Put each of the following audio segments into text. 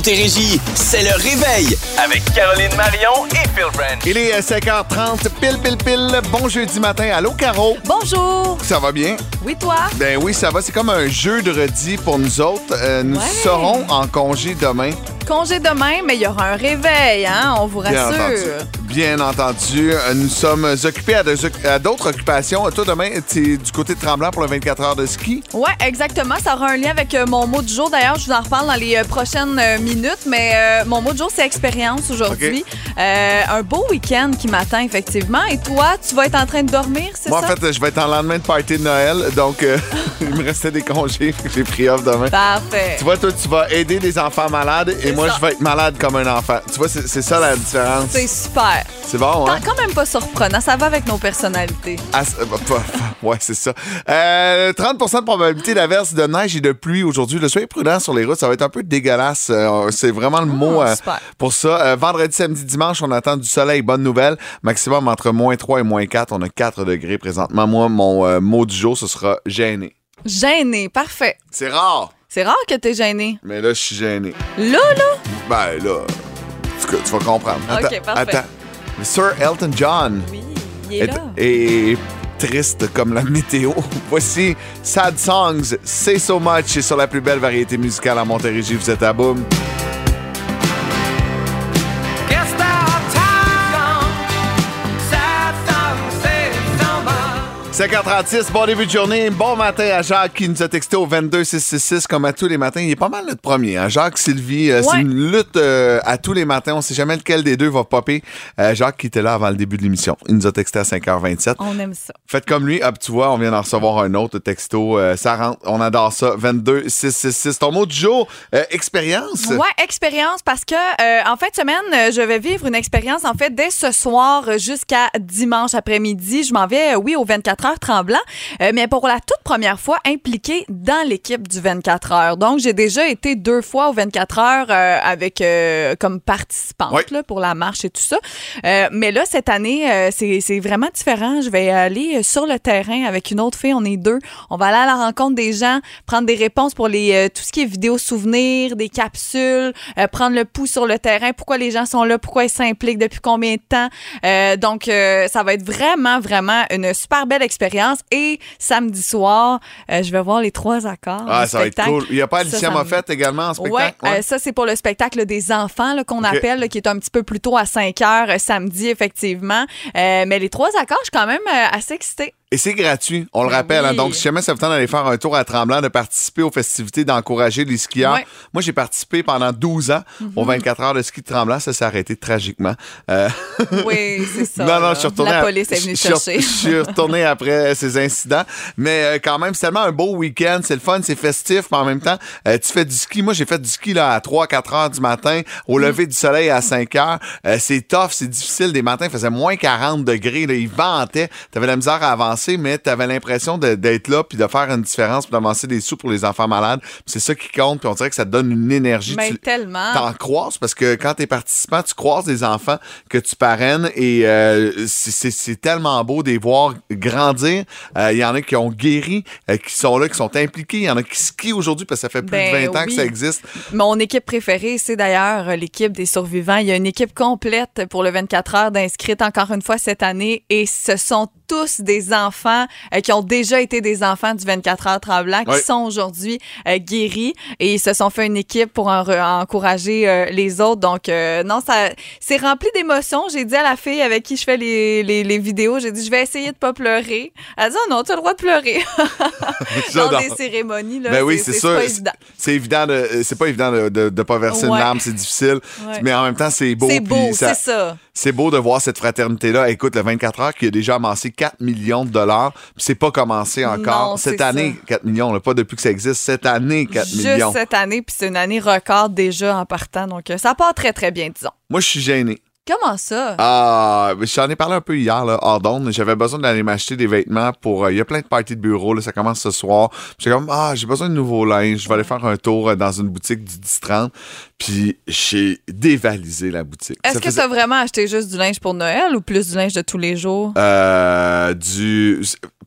Montérégie, c'est le réveil avec Caroline Marion et Phil Branch. Il est 5h30, pile. Bon jeudi matin. Allô, Caro? Bonjour! Ça va bien? Oui, toi? Ben oui, ça va. C'est comme un jeudi pour nous autres. Nous serons en congé demain. Congé demain, mais il y aura un réveil, hein? On vous rassure. Bien entendu. Nous sommes occupés à d'autres occupations. Toi, demain, tu es du côté de Tremblant pour le 24 heures de ski. Oui, exactement. Ça aura un lien avec mon mot du jour. D'ailleurs, je vous en reparle dans les prochaines minutes, mais mon mot du jour, c'est expérience aujourd'hui. Okay. Un beau week-end qui m'attend, effectivement. Et toi, tu vas être en train de dormir, c'est ça? Moi, en fait, je vais être en lendemain de party de Noël, donc il me restait des congés. J'ai pris off demain. Parfait. Tu vois, toi, tu vas aider des enfants malades et moi, je vais être malade comme un enfant. Tu vois, c'est ça la différence. C'est super. C'est bon, hein? Quand même pas surprenant. Ça va avec nos personnalités. Ouais, c'est ça. 30% de probabilité d'averse, de neige et de pluie aujourd'hui. Soyez prudents sur les routes. Ça va être un peu dégueulasse. C'est vraiment le mot pour ça. Vendredi, samedi, dimanche, on attend du soleil. Bonne nouvelle. Maximum entre -3 et -4. On a 4 degrés présentement. Moi, mon mot du jour, ce sera gêné. Gêné. Parfait. C'est rare. C'est rare que t'es gêné. Mais là, je suis gêné. Là? Ben là, tu vas comprendre. OK, parfait. Attends. Sir Elton John. Oui, il est là. Et triste comme la météo. Voici Sad Songs, Say So Much et sur la plus belle variété musicale à Montérégie. Vous êtes à Boom. 5h36, bon début de journée. Bon matin à Jacques qui nous a texté au 22666 comme à tous les matins. Il est pas mal notre premier. Hein? Jacques, Sylvie, c'est une lutte à tous les matins. On sait jamais lequel des deux va popper. Jacques qui était là avant le début de l'émission. Il nous a texté à 5h27. On aime ça. Faites comme lui. Hop, tu vois, on vient d'en recevoir un autre texto. Ça rentre. On adore ça. 22666. Ton mot du jour, expérience? Ouais, expérience parce que en fin de semaine, je vais vivre une expérience en fait dès ce soir jusqu'à dimanche après-midi. Je m'en vais, au 24 heures Tremblant, mais pour la toute première fois impliquée dans l'équipe du 24 heures. Donc, j'ai déjà été 2 fois au 24 heures avec comme participante là, pour la marche et tout ça. Mais là, cette année, c'est vraiment différent. Je vais aller sur le terrain avec une autre fille. On est 2. On va aller à la rencontre des gens, prendre des réponses pour tout ce qui est vidéo souvenirs, des capsules, prendre le pouls sur le terrain. Pourquoi les gens sont là? Pourquoi ils s'impliquent? Depuis combien de temps? Donc, ça va être vraiment une super belle expérience. Et samedi soir, je vais voir les 3 accords. Ah, ça va être cool. Il n'y a pas Alicia Moffett également en spectacle? Oui, ça, c'est pour le spectacle des enfants là, qu'on appelle, là, qui est un petit peu plus tôt à 5 heures samedi, effectivement. Mais les 3 accords, je suis quand même assez excitée. Et c'est gratuit, on le rappelle. Hein? Donc, si jamais ça vous tente d'aller faire un tour à Tremblant, de participer aux festivités, d'encourager les skieurs. Ouais. Moi, j'ai participé pendant 12 ans aux 24 heures de ski de Tremblant. Ça s'est arrêté tragiquement. Oui, c'est ça. Non, je suis retourné. La police est venue chercher. Je suis retourné après ces incidents. Mais quand même, c'est tellement un beau week-end. C'est le fun, c'est festif. Mais en même temps, tu fais du ski. Moi, j'ai fait du ski là, à 3-4 heures du matin, au lever du soleil à 5 heures. C'est tough, c'est difficile. Des matins, il faisait moins 40 degrés. Là, il ventait. T'avais la misère à avancer, mais tu avais l'impression d'être là puis de faire une différence puis d'avancer des sous pour les enfants malades. Puis c'est ça qui compte, puis on dirait que ça te donne une énergie. Mais tellement. T'en croises parce que quand t'es participant, tu croises des enfants que tu parraines et c'est tellement beau de les voir grandir. Il y en a qui ont guéri, qui sont là, qui sont impliqués. Il y en a qui skient aujourd'hui parce que ça fait plus de 20 ans que ça existe. Mon équipe préférée, c'est d'ailleurs l'équipe des survivants. Il y a une équipe complète pour le 24 heures d'inscrites encore une fois cette année et ce sont tous des enfants qui ont déjà été des enfants du 24 heures Tremblant, qui sont aujourd'hui guéris et ils se sont fait une équipe pour encourager les autres. Donc, non, ça c'est rempli d'émotions. J'ai dit à la fille avec qui je fais les vidéos, j'ai dit, je vais essayer de pas pleurer. Elle dit, oh non, tu as le droit de pleurer. Dans des cérémonies, là, ben oui, c'est sûr. Pas évident. C'est pas évident de pas verser une larme, c'est difficile. Mais en même temps, c'est beau. C'est beau, c'est ça. C'est beau de voir cette fraternité-là. Écoute, le 24 heures qui a déjà amassé 4 millions de dollars, puis c'est pas commencé encore. Non, cette année, ça. 4 millions, là, pas depuis que ça existe. Cette année, 4 millions. Juste cette année, puis c'est une année record déjà en partant. Donc, ça part très, très bien, disons. Moi, je suis gêné. Comment ça? J'en ai parlé un peu hier, là, hors d'onde. J'avais besoin d'aller m'acheter des vêtements pour... Il y a plein de parties de bureau, là, ça commence ce soir. J'ai comme, j'ai besoin de nouveaux linge. Je vais aller faire un tour dans une boutique du 10-30. Puis j'ai dévalisé la boutique. Est-ce que tu as vraiment acheté juste du linge pour Noël ou plus du linge de tous les jours?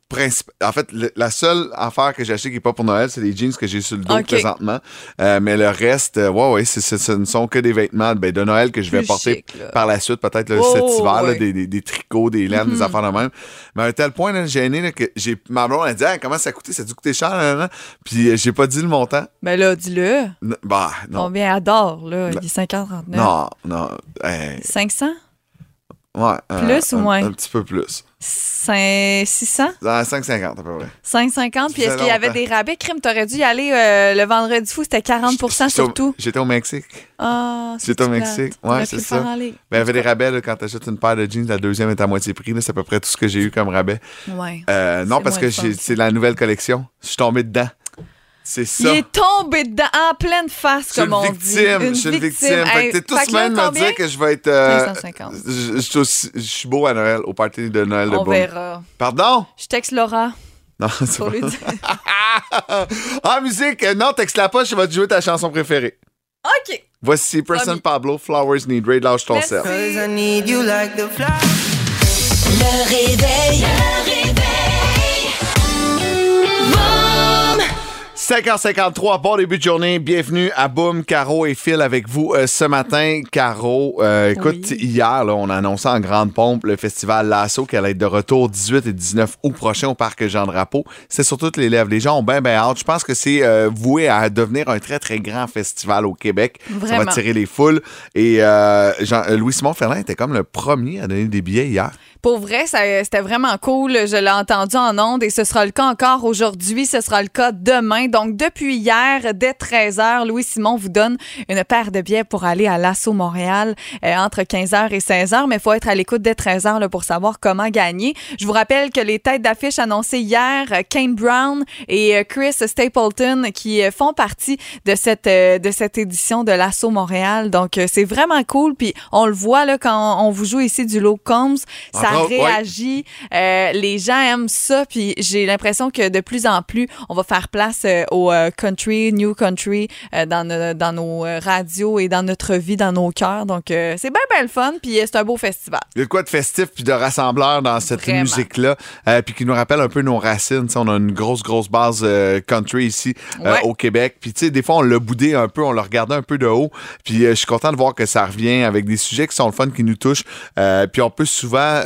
En fait, la seule affaire que j'ai achetée qui n'est pas pour Noël, c'est les jeans que j'ai sur le dos présentement. Mais le reste, ce ne sont que des vêtements de Noël que je vais porter par la suite, peut-être cet hiver, là, des tricots, des laines, des affaires de même. Mais à un tel point, là, gêné, là, que ma blonde a dit comment ça a coûté? Ça a dû coûter cher, là. Puis j'ai pas dit le montant. Ben là, dis-le. Non. Combien adore, là? Il est 5,39. Non. 500? Ouais. Plus ou moins? Un petit peu plus. 600? 5,50 à peu près. 5,50. Puis est-ce qu'il y avait des rabais? Crime, t'aurais dû y aller le vendredi fou, c'était 40% surtout. J'étais au Mexique. Ah, j'étais au Mexique. Ouais, c'est ça. Ben, il y avait des rabais là, quand t'achètes une paire de jeans, la deuxième est à moitié prix. Là, c'est à peu près tout ce que j'ai eu comme rabais. Ouais. Non, parce que c'est la nouvelle collection. Je suis tombé dedans. C'est ça. Il est tombé dedans en pleine face, comme on dit. Je suis une victime. Fait que t'es tous même me dire que je vais être... 550. Je suis beau à Noël, au party de Noël de Boom. On verra. Pardon? Je texte Laura. Non, c'est pas... musique! Non, texte-la pas, je vais te jouer ta chanson préférée. OK. Voici Person Pablo, Flowers Need Raid, lâche ton sel. Le réveil. 5h53, bon début de journée. Bienvenue à Boom, Caro et Phil avec vous ce matin. Caro, écoute, hier, là, on a annoncé en grande pompe le festival Lasso qui allait être de retour 18 et 19 août prochain au Parc Jean-Drapeau. C'est sur toutes les lèvres. Les gens ont bien hâte. Je pense que c'est voué à devenir un très, très grand festival au Québec. Vraiment. Ça va tirer les foules. Et Louis-Simon Ferland était comme le premier à donner des billets hier. Pour vrai, c'était vraiment cool. Je l'ai entendu en ondes et ce sera le cas encore aujourd'hui. Ce sera le cas demain. Donc, depuis hier, dès 13h, Louis-Simon vous donne une paire de billets pour aller à l'Assaut Montréal entre 15h et 16h. Mais il faut être à l'écoute dès 13h là, pour savoir comment gagner. Je vous rappelle que les têtes d'affiche annoncées hier, Kane Brown et Chris Stapleton, qui font partie de cette édition de l'Assaut Montréal. Donc, c'est vraiment cool. Puis, on le voit là quand on vous joue ici du Luke Combs. Ça réagit. Les gens aiment ça. Puis j'ai l'impression que de plus en plus, on va faire place au country, new country, dans nos radios et dans notre vie, dans nos cœurs. Donc, c'est bien le fun. Puis c'est un beau festival. Il y a de quoi de festif puis de rassembleur dans cette musique-là. Puis qui nous rappelle un peu nos racines. T'sais, on a une grosse base country ici au Québec. Puis tu sais, des fois, on l'a boudé un peu, on l'a regardé un peu de haut. Puis je suis content de voir que ça revient avec des sujets qui sont le fun, qui nous touchent. Puis on peut souvent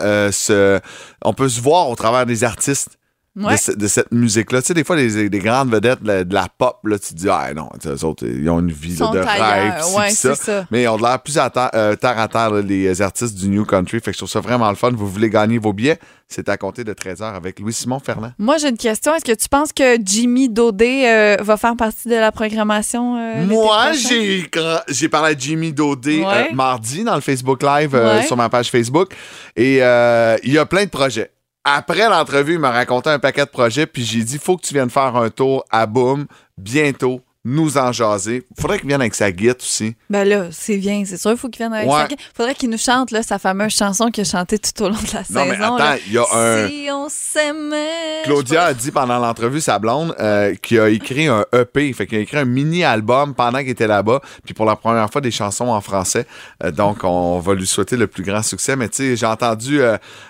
on peut se voir au travers des artistes de cette musique-là. Tu sais, des fois, des grandes vedettes de la pop, là, tu te dis, non, eux autres, ils ont une vie là, de rêve, ça. Mais ils ont l'air plus terre à terre, là, les artistes du New Country. Fait que je trouve ça vraiment le fun. Vous voulez gagner vos billets? C'est à compter de 13h avec Louis-Simon Ferland. Moi, j'ai une question. Est-ce que tu penses que Jimmy Dodé va faire partie de la programmation? Moi, j'ai parlé à Jimmy Dodé mardi dans le Facebook Live sur ma page Facebook. Et il y a plein de projets. Après l'entrevue, il m'a raconté un paquet de projets, puis j'ai dit, faut que tu viennes faire un tour à Boom bientôt, nous en jaser. Faudrait qu'il vienne avec sa guitare aussi. Ben là, c'est bien, c'est sûr, il faut qu'il vienne avec sa guitare. Faudrait qu'il nous chante là, sa fameuse chanson qu'il a chantée tout au long de la saison. Mais attends, il y a Si on s'aimait... Claudia a dit pendant l'entrevue, sa blonde, qu'il a écrit un EP, fait qu'il a écrit un mini-album pendant qu'il était là-bas, puis pour la première fois, des chansons en français. Donc, on va lui souhaiter le plus grand succès. Mais tu sais, j'ai entendu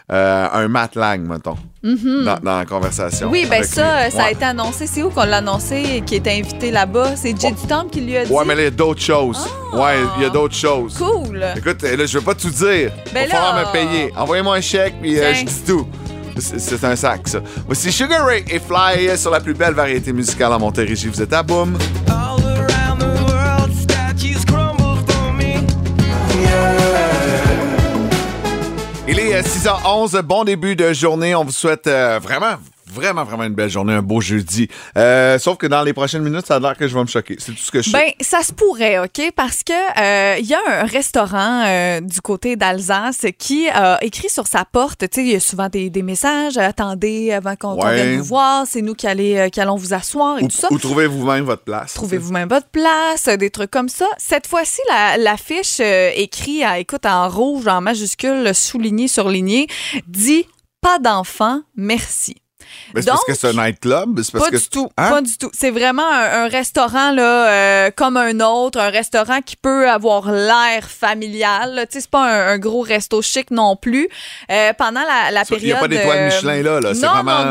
un Matt Lang, mettons, dans la conversation. Oui, ben ça a été annoncé. C'est où qu'on l'a annoncé, qui était invité là-bas? C'est Jay Dutombe qui lui a dit. Ouais, mais là, il y a d'autres choses. Il y a d'autres choses. Cool. Écoute, là, je veux pas tout dire. Il va falloir me payer. Envoyez-moi un chèque, puis je dis tout. C'est un sac, ça. Voici Sugar Ray et Fly sur la plus belle variété musicale en Montérégie. Vous êtes à Boom. Il est 6h11, bon début de journée. On vous souhaite vraiment une belle journée, un beau jeudi. Sauf que dans les prochaines minutes, ça a l'air que je vais me choquer. C'est tout ce que je sais. Ben, ça se pourrait, OK? Parce que il y a un restaurant du côté d'Alsace qui a écrit sur sa porte, tu sais, il y a souvent des messages, attendez avant qu'on vienne vous voir, c'est nous qui allons vous asseoir et tout ça. Ou trouvez-vous même votre place. Trouvez-vous-même votre place, des trucs comme ça. Cette fois-ci, l'affiche écrit, écoute, en rouge, en majuscule, souligné, surligné, dit « Pas d'enfants, merci ». Mais c'est parce que c'est un nightclub? Pas du tout. Pas du tout. C'est vraiment un restaurant là, comme un autre, un restaurant qui peut avoir l'air familial. Tu sais, c'est pas un gros resto chic non plus. Pendant la période... Il n'y a pas d'étoile Michelin là. C'est non, vraiment... non.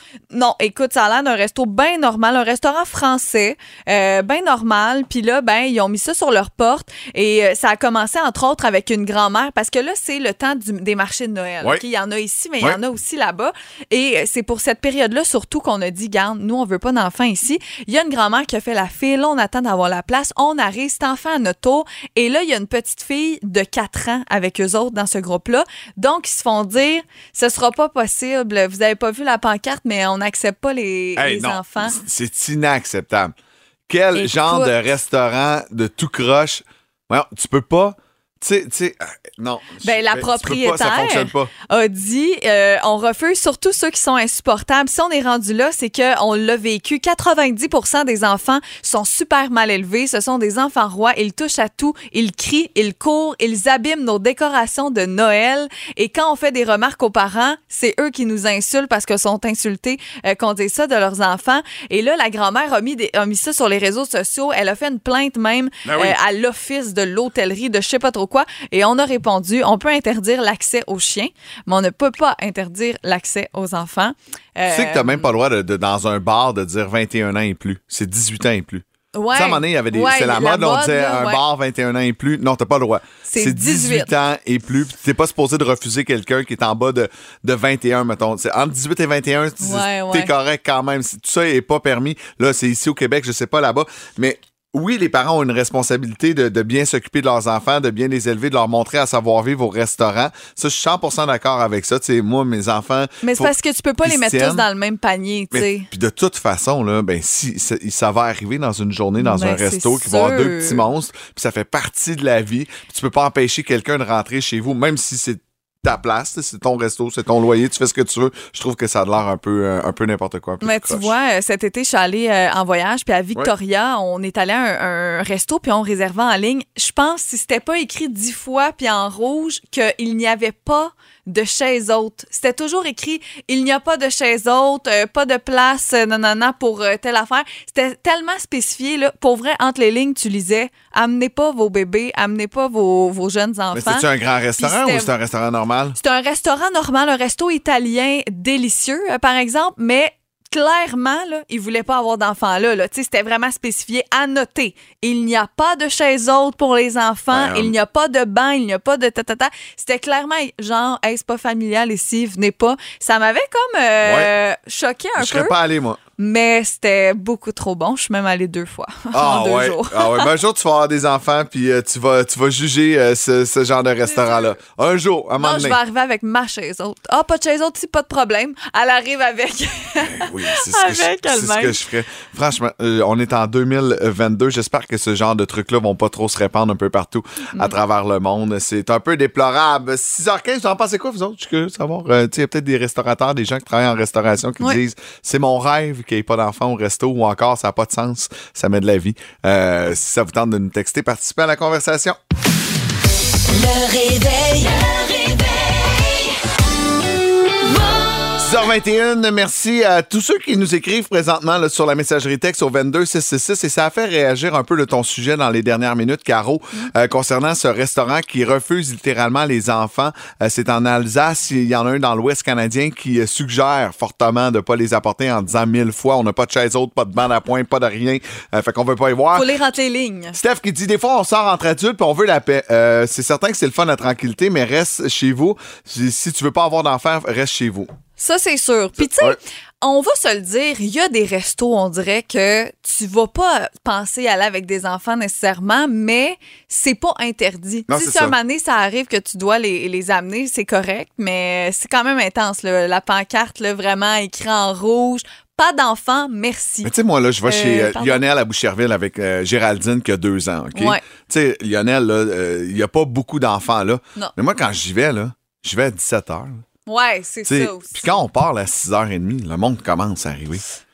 Non, écoute, ça a l'air d'un resto bien normal, un restaurant français, bien normal. Puis là, ils ont mis ça sur leur porte et ça a commencé, entre autres, avec une grand-mère parce que là, c'est le temps des marchés de Noël. Oui. Okay? Il y en a ici, mais il y en a aussi là-bas. Et c'est pour cette période-là, surtout, qu'on a dit, garde, nous, on veut pas d'enfants ici. Il y a une grand-mère qui a fait la file, on attend d'avoir la place, on arrive, cet enfant à notre tour. Et là, il y a une petite fille de 4 ans avec eux autres dans ce groupe-là. Donc, ils se font dire, ce sera pas possible. Vous avez pas vu la pancarte, mais on n'accepte pas les enfants. C'est inacceptable. Quel Écoute. genre de restaurant de tout croche? Ouais, tu peux pas... Tu sais, non. La ça propriétaire fonctionne pas. a dit on refuse surtout ceux qui sont insupportables. Si on est rendu là, c'est qu'on l'a vécu. 90% des enfants sont super mal élevés. Ce sont des enfants rois. Ils touchent à tout. Ils crient, ils courent, ils abîment nos décorations de Noël. Et quand on fait des remarques aux parents, c'est eux qui nous insultent parce qu'ils sont insultés qu'on dit ça de leurs enfants. Et là, la grand-mère a mis ça sur les réseaux sociaux. Elle a fait une plainte même à l'office de l'hôtellerie de je sais pas trop quoi. Et on a répondu, on peut interdire l'accès aux chiens, mais on ne peut pas interdire l'accès aux enfants. Tu sais que t'as même pas le droit dans un bar de dire 21 ans et plus. C'est 18 ans et plus. Ouais. Tu sais, à un moment donné, il y avait c'est la mode, on disait un bar 21 ans et plus. Non, t'as pas le droit. C'est 18 ans et plus. Puis t'es pas supposé de refuser quelqu'un qui est en bas de 21, mettons. C'est entre 18 et 21, t'es correct quand même. Tout ça est pas permis. Là, c'est ici au Québec, je sais pas là-bas. Mais oui, les parents ont une responsabilité de bien s'occuper de leurs enfants, de bien les élever, de leur montrer à savoir vivre au restaurant. Ça, je suis 100% d'accord avec ça. Tu sais, moi, mes enfants... Mais c'est parce que tu peux pas les mettre tous dans le même panier, tu sais. Puis de toute façon, là, si ça va arriver dans une journée, dans un resto, qui va avoir 2 petits monstres, puis ça fait partie de la vie, puis tu peux pas empêcher quelqu'un de rentrer chez vous, même si c'est ta place, c'est ton resto, c'est ton loyer, tu fais ce que tu veux. Je trouve que ça a l'air un peu n'importe quoi. Mais tu vois, cet été, je suis allée en voyage, puis à Victoria, on est allé à un resto, puis on réservait en ligne. Je pense, si c'était pas écrit 10 fois, puis en rouge, qu'il n'y avait pas de chaises hautes. C'était toujours écrit « Il n'y a pas de chaises hautes, pas de place, pour telle affaire. » C'était tellement spécifié, là. Pour vrai, entre les lignes, tu lisais « Amenez pas vos bébés, amenez pas vos jeunes enfants. » Mais c'est-tu un grand restaurant ou c'est un restaurant normal? C'est un restaurant normal, un resto italien délicieux, par exemple, mais clairement, là, ils voulaient pas avoir d'enfants là. Tu sais, c'était vraiment spécifié à noter. Il n'y a pas de chaises hautes pour les enfants. Il n'y a pas de banc. Il n'y a pas de tatata. C'était clairement genre, hey, c'est pas familial ici, venez pas. Ça m'avait comme choqué un peu. Je serais pas allé, moi. Mais c'était beaucoup trop bon. Je suis même allée 2 fois en 2 jours. Un jour, tu vas avoir des enfants puis tu vas juger ce genre de restaurant-là. Un jour, à un moment donné. Je vais arriver avec ma chaise haute. Ah, pas de chaise haute, c'est pas de problème. Elle arrive avec. Oui, c'est ce que je ferais. Franchement, on est en 2022. J'espère que ce genre de trucs-là vont pas trop se répandre un peu partout à travers le monde. C'est un peu déplorable. 6h15, vous en pensez quoi, vous autres? Je suis curieux de savoir. Il y a peut-être des restaurateurs, des gens qui travaillent en restauration qui disent c'est mon rêve qu'il n'y ait pas d'enfants au resto ou encore ça n'a pas de sens. Ça met de la vie. Si ça vous tente de nous texter, participez à la conversation. Le réveil. 6h21, merci à tous ceux qui nous écrivent présentement là, sur la messagerie texte au 22666 et ça a fait réagir un peu de ton sujet dans les dernières minutes, Caro, concernant ce restaurant qui refuse littéralement les enfants. C'est en Alsace, il y en a un dans l'Ouest canadien qui suggère fortement de ne pas les apporter en disant 1000 fois, on n'a pas de chaise haute, pas de bande à poing, pas de rien, fait qu'on veut pas y voir. Faut les rentrer les lignes. Steph qui dit, des fois on sort entre adultes puis on veut la paix. C'est certain que c'est le fun, la tranquillité, mais reste chez vous. Si tu veux pas avoir d'enfants, reste chez vous. Ça, c'est sûr. Puis, tu sais, on va se le dire, il y a des restos, on dirait que tu vas pas penser aller avec des enfants nécessairement, mais c'est pas interdit. Si un moment donné, ça arrive que tu dois les amener, c'est correct, mais c'est quand même intense. Là. La pancarte, là, vraiment écrit en rouge. Pas d'enfants, merci. Mais tu sais, moi, là, je vais chez Lionel à Boucherville avec Géraldine qui a 2 ans, OK? Ouais. Tu sais, Lionel, là, il n'y a pas beaucoup d'enfants, là. Non. Mais moi, quand j'y vais, là, je vais à 17h. Ouais, c'est ça aussi. Puis quand on part à 6h30, le monde commence à arriver.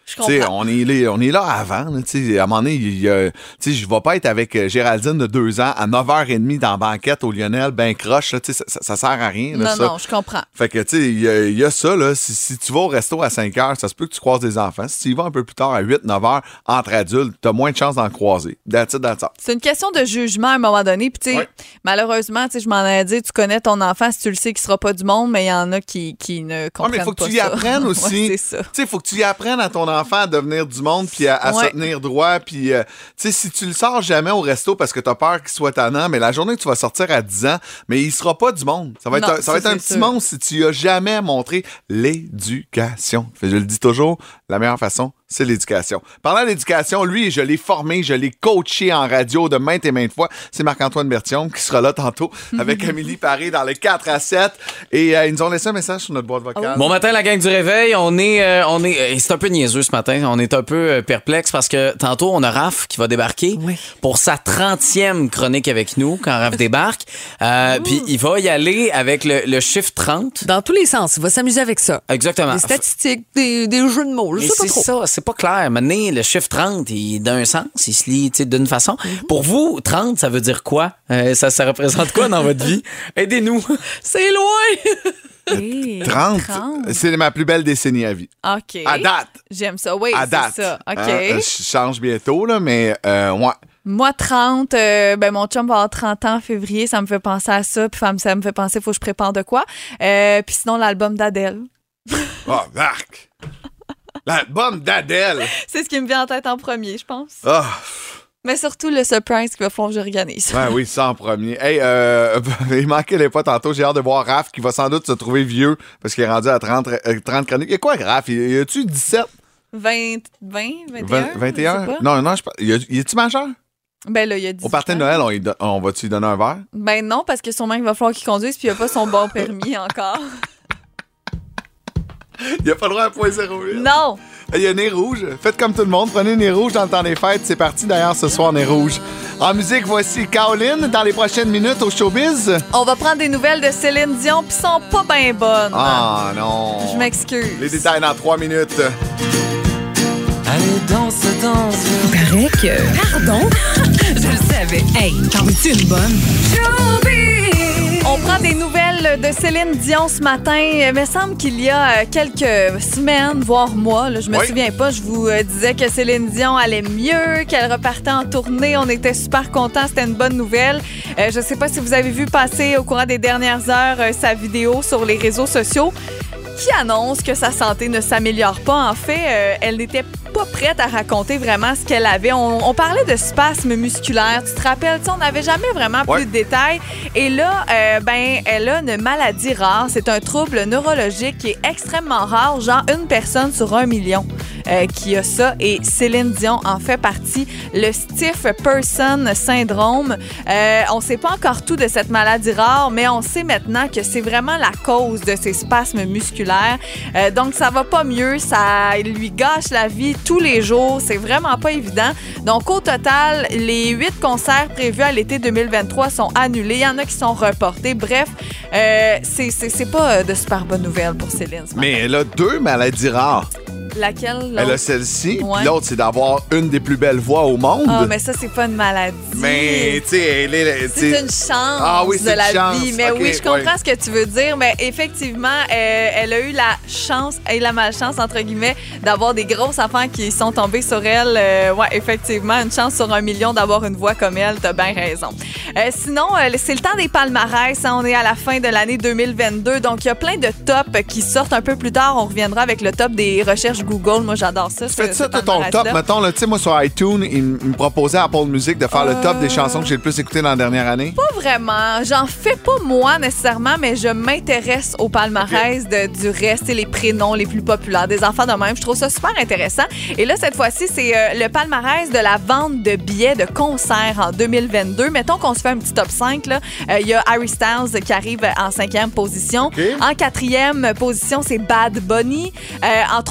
Je Tu sais, comprends. on est là avant. Là, tu sais, à un moment donné, je ne vais pas être avec Géraldine de 2 ans à 9h30 dans la banquette au Lionel, ben croche. Là, tu sais, ça sert à rien. Là, Non, ça. non, je comprends. Fait que, tu sais, il y a ça. Là, si tu vas au resto à 5h, ça se peut que tu croises des enfants. Si tu y vas un peu plus tard, à 8-9h, entre adultes, tu as moins de chances d'en croiser. That's it. C'est une question de jugement à un moment donné. Puis, tu sais, Ouais. malheureusement, tu sais, je m'en ai dit, tu connais ton enfant si tu le sais qu'il sera pas du monde, mais il y en a qui ne Ouais, comprennent mais il faut que pas tu y ça. apprennes aussi. Ouais, c'est ça. Tu sais, il faut que tu y apprennes à ton enfant à devenir du monde puis à Ouais. se tenir droit. Puis, tu sais, si tu le sors jamais au resto parce que tu as peur qu'il soit tannant, mais la journée que tu vas sortir à 10 ans, mais il sera pas du monde. Ça va être, Non, ça va être un c'est petit sûr. monde si tu lui as jamais montré l'éducation. Fait que je le dis toujours, la meilleure façon, c'est l'éducation. Parlant d'éducation, lui, je l'ai formé, je l'ai coaché en radio de maintes et maintes fois. C'est Marc-Antoine Berthiaume qui sera là tantôt avec Amélie Paré dans le 4 à 7. Et ils nous ont laissé un message sur notre boîte vocale. Bon matin, la gang du réveil. On est c'est un peu niaiseux ce matin. On est un peu perplexe parce que tantôt, on a Raph qui va débarquer pour sa 30e chronique avec nous quand Raph débarque. Puis il va y aller avec le chiffre 30. Dans tous les sens, il va s'amuser avec ça. Exactement. Des statistiques, des jeux de mots, je Mais sais pas c'est trop. ça, c'est pas clair. Maintenant, le chiffre 30, il est d'un sens, il se lit d'une façon. Pour vous, 30, ça veut dire quoi? Ça représente quoi dans votre vie? Aidez-nous. C'est loin! Hey, 30, c'est ma plus belle décennie à vie. OK. À date. J'aime ça. Oui, À c'est date. ça. OK. Je change bientôt, là, mais ouais. Moi, 30, ben mon chum va avoir 30 ans en février, ça me fait penser à ça. Puis ça me fait penser, faut que je prépare de quoi. Puis sinon, l'album d'Adèle. Oh, Marc! L'album d'Adèle! C'est ce qui me vient en tête en premier, je pense. Ah, Mais surtout le surprise qu'il va falloir que j'organise. ouais, oui, ça en premier. Hey, il manquait les pas tantôt. J'ai hâte de voir Raph qui va sans doute se trouver vieux parce qu'il est rendu à 30 chroniques. Et quoi, Raph? Y a-tu 17? 20, 21? 21? Je sais pas. Non, je pense. Y a-tu majeur? Ben là, il y a 18 Au party de ans. Noël, on va-tu lui donner un verre? Ben non, parce que sûrement il va falloir qu'il conduise puis il a pas son bon permis encore. Il a pas le droit à 0.08. Non! Il y a Nez Rouge. Faites comme tout le monde. Prenez Nez Rouge dans le temps des fêtes. C'est parti d'ailleurs ce soir, Nez Rouge. En musique, voici Caroline dans les prochaines minutes au Showbiz. On va prendre des nouvelles de Céline Dion puis sont pas bien bonnes. Ah non. Je m'excuse. Les détails dans 3 minutes. Allez, danse. Paraît que... Pardon? Je le savais. Hey, t'en veux-tu une bonne? On prend des nouvelles de Céline Dion ce matin. Il me semble qu'il y a quelques semaines, voire mois, là, je me souviens pas, je vous disais que Céline Dion allait mieux, qu'elle repartait en tournée. On était super contents, c'était une bonne nouvelle. Je sais pas si vous avez vu passer au courant des dernières heures sa vidéo sur les réseaux sociaux qui annonce que sa santé ne s'améliore pas. En fait, elle n'était pas prête à raconter vraiment ce qu'elle avait. On parlait de spasmes musculaires. Tu te rappelles? On n'avait jamais vraiment plus de détails. Et là, elle a une maladie rare. C'est un trouble neurologique qui est extrêmement rare. Genre, une personne sur 1 million qui a ça. Et Céline Dion en fait partie. Le Stiff Person Syndrome. On ne sait pas encore tout de cette maladie rare, mais on sait maintenant que c'est vraiment la cause de ces spasmes musculaires. Donc, ça va pas mieux. Ça lui gâche la vie tous les jours. C'est vraiment pas évident. Donc, au total, les 8 concerts prévus à l'été 2023 sont annulés. Il y en a qui sont reportés. Bref, c'est pas de super bonnes nouvelles pour Céline. Mais elle a 2 maladies rares. Laquelle? Elle a celle-ci, Ouais. puis l'autre, c'est d'avoir une des plus belles voix au monde. Ah, mais ça, c'est pas une maladie. Mais, tu sais, elle est... C'est une chance oui, c'est de la une chance. vie. Mais Ok, oui, je comprends ouais. ce que tu veux dire. Mais effectivement, elle a eu la chance et la malchance, entre guillemets, d'avoir des grosses enfants qui sont tombés sur elle. Ouais, effectivement, une chance sur 1 million d'avoir une voix comme elle. T'as bien raison. Sinon, c'est le temps des palmarès. Hein. On est à la fin de l'année 2022. Donc, il y a plein de tops qui sortent un peu plus tard. On reviendra avec le top des recherches Google. Moi, j'adore ça. Fais ça, toi, ton top. Mettons, là, tu sais, moi, sur iTunes, il me proposait à Apple Music de faire le top des chansons que j'ai le plus écoutées dans la dernière année. Pas vraiment. J'en fais pas moi nécessairement, mais je m'intéresse au palmarès du reste et les prénoms les plus populaires des enfants de même. Je trouve ça super intéressant. Et là, cette fois-ci, c'est le palmarès de la vente de billets de concerts en 2022. Mettons qu'on se fait un petit top 5. Il y a Harry Styles qui arrive en 5e position. OK. En 4e position, c'est Bad Bunny. En 3e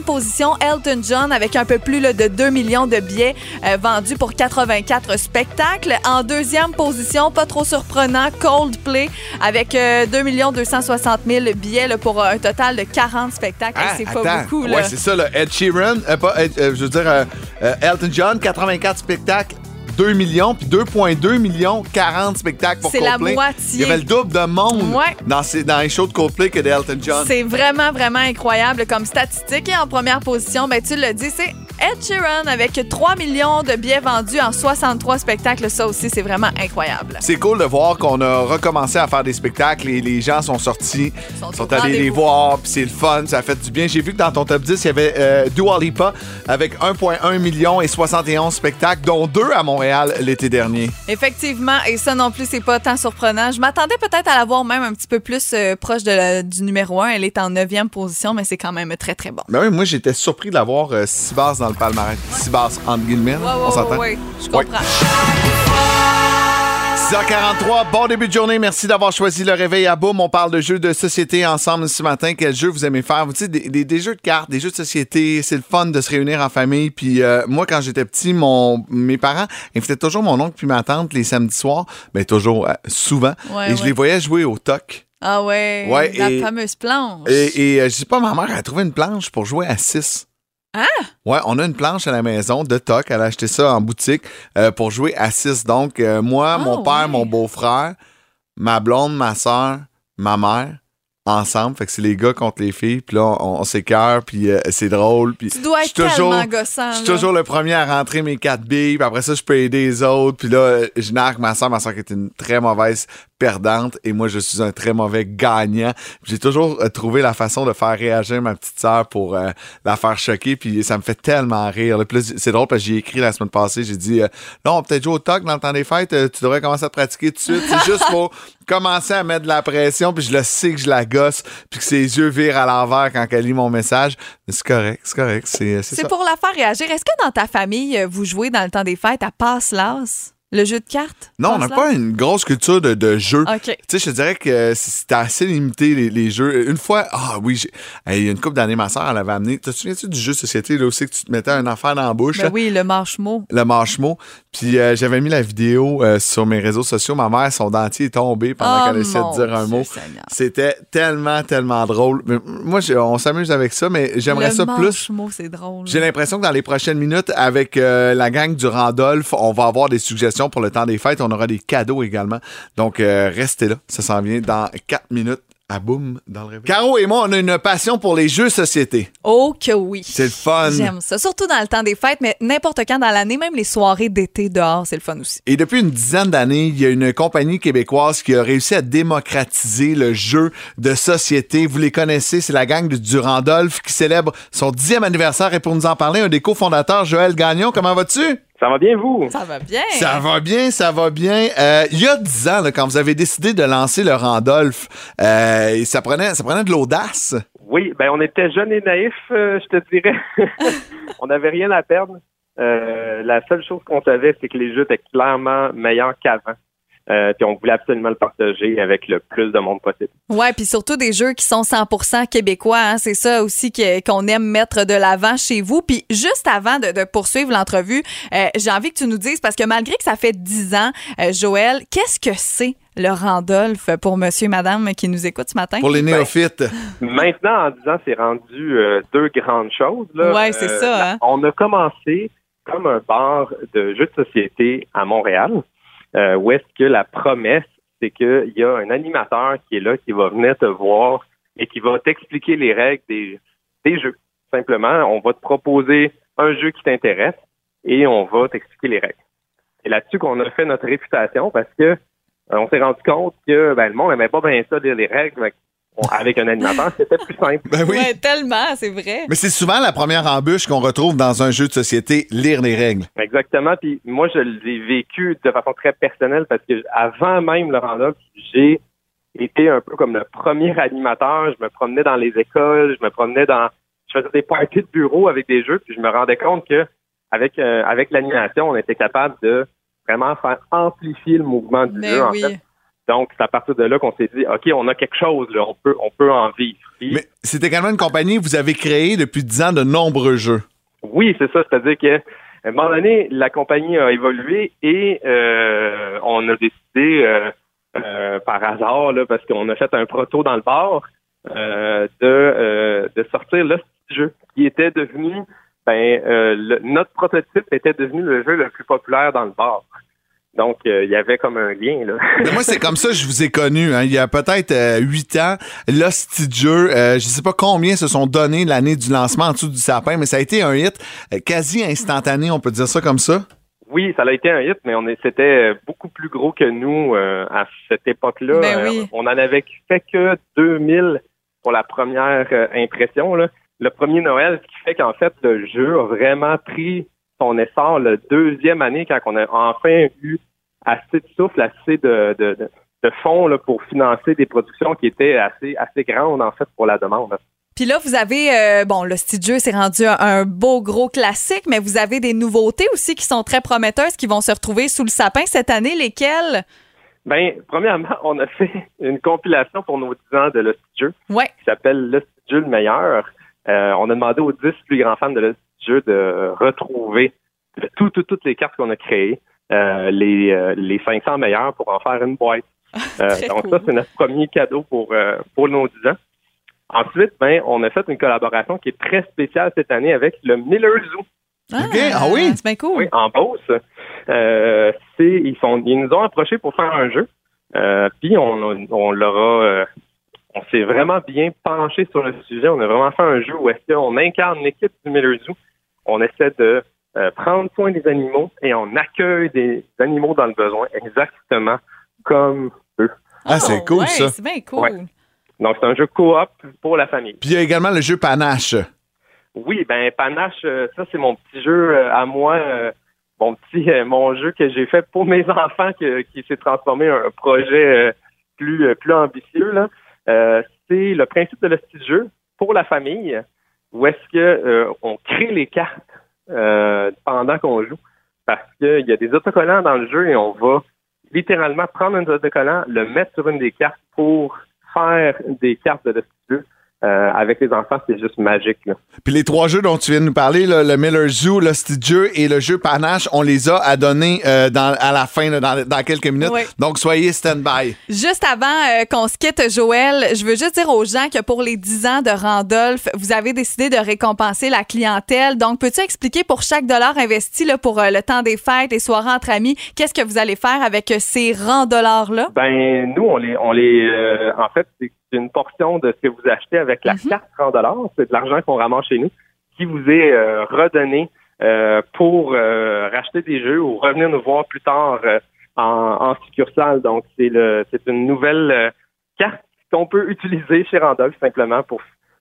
position, Elton John avec un peu plus là, de 2 millions de billets vendus pour 84 spectacles. En deuxième position, pas trop surprenant, Coldplay avec 2 260 000 billets là, pour un total de 40 spectacles. C'est pas beaucoup. Là. Ouais, c'est ça. Là. Ed Sheeran, Elton John, 84 spectacles. 2 millions, puis 2,2 millions, 40 spectacles pour Coldplay. C'est la moitié. Il y avait le double de monde dans les shows de Coldplay que d'Elton John. C'est vraiment, vraiment incroyable comme statistique. Et en première position, ben, tu l'as dit, c'est Ed Sheeran avec 3 millions de billets vendus en 63 spectacles. Ça aussi, c'est vraiment incroyable. C'est cool de voir qu'on a recommencé à faire des spectacles et les gens sont sortis, sont allés les voir, puis c'est le fun, ça fait du bien. J'ai vu que dans ton top 10, il y avait Dua Lipa avec 1,1 million et 71 spectacles, dont 2 à Montréal l'été dernier. Effectivement, et ça non plus, c'est pas tant surprenant. Je m'attendais peut-être à la voir même un petit peu plus proche du numéro 1. Elle est en 9e position, mais c'est quand même très, très bon. Ben oui, moi, j'étais surpris de la voir si basse dans le palmarès. Si basse, entre guillemets, on s'entend? Oui, je comprends. 6h43, bon début de journée. Merci d'avoir choisi le réveil à Boum. On parle de jeux de société ensemble ce matin. Quel jeu vous aimez faire? Vous savez, des jeux de cartes, des jeux de société, c'est le fun de se réunir en famille. Puis moi, quand j'étais petit, mes parents invitaient toujours mon oncle puis ma tante les samedis soirs. Ben toujours, souvent. Et je les voyais jouer au toc. Ah ouais, la fameuse planche. Et je sais pas, ma mère a trouvé une planche pour jouer à 6. Ah! Ouais, on a une planche à la maison de toc. Elle a acheté ça en boutique pour jouer à 6. Donc, moi, mon père, mon beau-frère, ma blonde, ma soeur, ma mère, ensemble. Fait que c'est les gars contre les filles. Puis là, on s'écœure, puis c'est drôle. Puis tu dois être tellement gossant. Je suis toujours le premier à rentrer mes 4 billes. Puis après ça, je peux aider les autres. Puis là, je nargue ma soeur qui est une très mauvaise perdante et moi je suis un très mauvais gagnant. J'ai toujours trouvé la façon de faire réagir ma petite sœur pour la faire choquer, puis ça me fait tellement rire. Puis là, c'est drôle parce que j'ai écrit la semaine passée, j'ai dit là on va peut-être jouer au toc dans le temps des fêtes, tu devrais commencer à te pratiquer tout de suite. C'est juste pour commencer à mettre de la pression, puis je le sais que je la gosse, puis que ses yeux virent à l'envers quand elle lit mon message. Mais c'est correct. C'est ça. Pour la faire réagir. Est-ce que dans ta famille, vous jouez dans le temps des fêtes à passe-las? Le jeu de cartes? Non, on n'a pas une grosse culture de jeu. Okay. Tu sais, je te dirais que c'était assez limité, les jeux. Une fois, il y a une couple d'années, ma soeur, elle avait amené. Te souviens-tu du jeu de société, là aussi, que tu te mettais un affaire dans la bouche? Ben oui, le marshmallow. Le marshmallow. Puis j'avais mis la vidéo sur mes réseaux sociaux. Ma mère, son dentier est tombé pendant qu'elle essayait de dire un mot. Seigneur. C'était tellement, tellement drôle. Mais moi, on s'amuse avec ça, mais j'aimerais ça plus. Le marshmallow, c'est drôle. J'ai l'impression que dans les prochaines minutes, avec la gang du Randolph, on va avoir des suggestions pour le temps des fêtes. On aura des cadeaux également. Donc, restez là. Ça s'en vient dans 4 minutes. À boum dans le réveil. Caro et moi, on a une passion pour les jeux de société. Oh que oui. C'est le fun. J'aime ça. Surtout dans le temps des fêtes, mais n'importe quand dans l'année, même les soirées d'été dehors, c'est le fun aussi. Et depuis une dizaine d'années, il y a une compagnie québécoise qui a réussi à démocratiser le jeu de société. Vous les connaissez, c'est la gang du Randolph qui célèbre son 10e anniversaire. Et pour nous en parler, un des cofondateurs, Joël Gagnon. Comment vas-tu? Ça va bien, vous? Ça va bien. Ça va bien, ça va bien. Il y a 10 ans, là, quand vous avez décidé de lancer le Randolph, ça prenait de l'audace. Oui, ben on était jeunes et naïfs, je te dirais. On n'avait rien à perdre. La seule chose qu'on savait, c'est que les jeux étaient clairement meilleurs qu'avant. Puis on voulait absolument le partager avec le plus de monde possible. Ouais, puis surtout des jeux qui sont 100% québécois, hein, c'est ça aussi qu'on aime mettre de l'avant chez vous. Puis juste avant de poursuivre l'entrevue, j'ai envie que tu nous dises, parce que malgré que ça fait 10 ans, Joël, qu'est-ce que c'est le Randolph pour monsieur et madame qui nous écoutent ce matin? Pour les néophytes. Maintenant, en 10 ans, c'est rendu 2 grandes choses. Là. Ouais, c'est ça. Hein? On a commencé comme un bar de jeux de société à Montréal. Où est-ce que la promesse, c'est qu'il y a un animateur qui est là, qui va venir te voir et qui va t'expliquer les règles des jeux. Simplement, on va te proposer un jeu qui t'intéresse et on va t'expliquer les règles. C'est là-dessus qu'on a fait notre réputation parce que on s'est rendu compte que le monde n'aimait pas bien ça, lire les règles. Avec un animateur, c'était plus simple. Ben oui. Ouais, tellement, c'est vrai. Mais c'est souvent la première embûche qu'on retrouve dans un jeu de société, lire les règles. Exactement. Puis moi, je l'ai vécu de façon très personnelle parce que avant même le Randolph, j'ai été un peu comme le premier animateur. Je me promenais dans les écoles, je faisais des parties de bureau avec des jeux, puis je me rendais compte que avec l'animation, on était capable de vraiment faire amplifier le mouvement du jeu. En fait, Donc, c'est à partir de là qu'on s'est dit, OK, on a quelque chose, là, on peut en vivre. Puis, Mais c'est également une compagnie que vous avez créée depuis 10 ans de nombreux jeux. oui, c'est ça. C'est-à-dire que à un moment donné, la compagnie a évolué et on a décidé, par hasard, là, parce qu'on a fait un proto dans le bar, de sortir le petit jeu qui était devenu, notre prototype était devenu le jeu le plus populaire dans le bar. Donc, il y avait comme un lien, là. Mais moi, c'est comme ça que je vous ai connu. Hein. Il y a peut-être 8 ans, Lost Jeu, je sais pas combien se sont donnés l'année du lancement en dessous du sapin, mais ça a été un hit quasi instantané, on peut dire ça comme ça? Oui, ça a été un hit, mais c'était beaucoup plus gros que nous à cette époque-là. Ben oui. On en avait fait que 2000 pour la première impression, là. Le premier Noël, ce qui fait qu'en fait, le jeu a vraiment pris son essor le deuxième année quand on a enfin eu assez de souffle, assez de fonds là, pour financer des productions qui étaient assez grandes en fait pour la demande. Puis là, vous avez, le style jeu s'est rendu un beau gros classique, mais vous avez des nouveautés aussi qui sont très prometteuses qui vont se retrouver sous le sapin cette année. Lesquelles? Premièrement, on a fait une compilation pour nos 10 ans de le style jeu qui s'appelle le style jeu le meilleur. On a demandé aux 10 plus grands fans de le jeu de retrouver toutes les cartes qu'on a créées, les 500 meilleures pour en faire une boîte. Donc cool. Ça, c'est notre premier cadeau pour nos 10 ans. Ensuite, on a fait une collaboration qui est très spéciale cette année avec le Miller Zoo. Ah oui? C'est bien cool. Oui, en Beauce. Ils nous ont approchés pour faire un jeu. Puis on leur a... on s'est vraiment bien penché sur le sujet. On a vraiment fait un jeu où est-ce qu'on incarne l'équipe du Miller Zoo. On essaie de prendre soin des animaux et on accueille des animaux dans le besoin exactement comme eux. Ah, c'est cool, ça. C'est bien cool. Ouais. Donc, c'est un jeu coop pour la famille. Puis il y a également le jeu Panache. Oui, Panache, ça, c'est mon petit jeu à moi, mon jeu que j'ai fait pour mes enfants qui s'est transformé en un projet plus ambitieux, là. C'est le principe de le petit jeu pour la famille où est-ce que on crée les cartes pendant qu'on joue parce qu'il y a des autocollants dans le jeu et on va littéralement prendre un autocollant, le mettre sur une des cartes pour faire des cartes de le petit jeu. Avec les enfants, c'est juste magique, là. Puis les 3 jeux dont tu viens de nous parler, là, le Miller Zoo, le Style Jeu et le jeu Panache, on les a à donner à la fin, là, dans quelques minutes. Oui. Donc, soyez stand-by. Juste avant qu'on se quitte, Joël, je veux juste dire aux gens que pour les 10 ans de Randolph, vous avez décidé de récompenser la clientèle. Donc, peux-tu expliquer pour chaque dollar investi là, pour le temps des fêtes, les soirées entre amis, qu'est-ce que vous allez faire avec ces $là? Nous, on les en fait, c'est une portion de ce que vous achetez avec la carte $30. C'est de l'argent qu'on ramasse chez nous qui vous est redonné pour racheter des jeux ou revenir nous voir plus tard en succursale. Donc, c'est une nouvelle carte qu'on peut utiliser chez Randolph simplement pour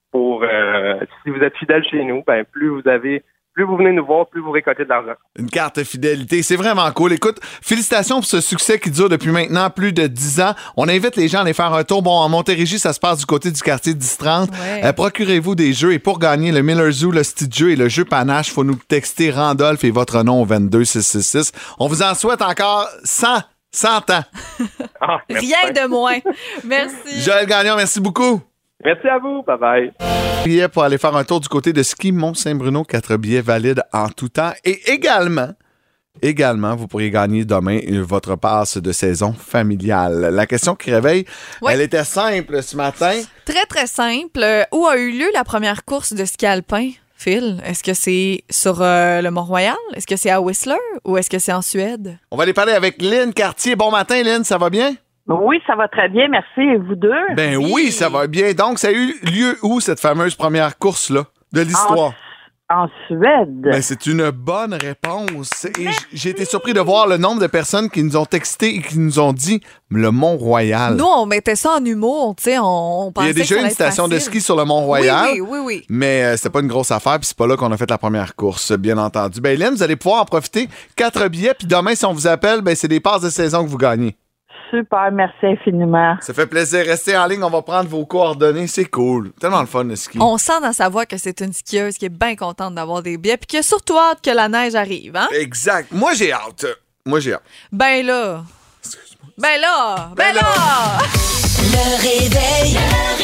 si vous êtes fidèle chez nous, plus vous venez nous voir, plus vous récoltez de l'argent. Une carte fidélité, c'est vraiment cool. Écoute, félicitations pour ce succès qui dure depuis maintenant plus de 10 ans. On invite les gens à aller faire un tour. Bon, en Montérégie, ça se passe du côté du quartier 10-30. Ouais. Procurez-vous des jeux et pour gagner le Miller Zoo, le Style Jeu et le jeu Panache, il faut nous texter Randolph et votre nom au 22666. On vous en souhaite encore 100 ans. Rien de moins. Merci. Joël Gagnon, merci beaucoup. Merci à vous. Bye-bye. Billets pour aller faire un tour du côté de Ski Mont-Saint-Bruno, 4 billets valides en tout temps. Et également, vous pourriez gagner demain votre passe de saison familiale. La question qui réveille, elle était simple ce matin. Très, très simple. Où a eu lieu la première course de ski alpin, Phil? Est-ce que c'est sur le Mont-Royal? Est-ce que c'est à Whistler? Ou est-ce que c'est en Suède? On va aller parler avec Lynn Cartier. Bon matin, Lynn, ça va bien? Oui, ça va très bien, merci. Et vous deux? Ben oui, ça va bien. Donc, ça a eu lieu où, cette fameuse première course-là de l'histoire? En Suède. Ben, c'est une bonne réponse. Et j'ai été surpris de voir le nombre de personnes qui nous ont texté et qui nous ont dit le Mont-Royal. Nous, on mettait ça en humour, tu sais, on pensait. Il y a déjà une station de ski sur le Mont-Royal. Oui. Mais c'était pas une grosse affaire, puis c'est pas là qu'on a fait la première course, bien entendu. Ben, Hélène, vous allez pouvoir en profiter. 4 billets, puis demain, si on vous appelle, ben, c'est des passes de saison que vous gagnez. Super, merci infiniment. Ça fait plaisir. Restez en ligne, on va prendre vos coordonnées. C'est cool. Tellement le fun, le ski. On sent dans sa voix que c'est une skieuse qui est bien contente d'avoir des billets puis qui a surtout hâte que la neige arrive, hein? Exact. Moi, j'ai hâte. Ben là... Excuse-moi. Ben là! Le réveil.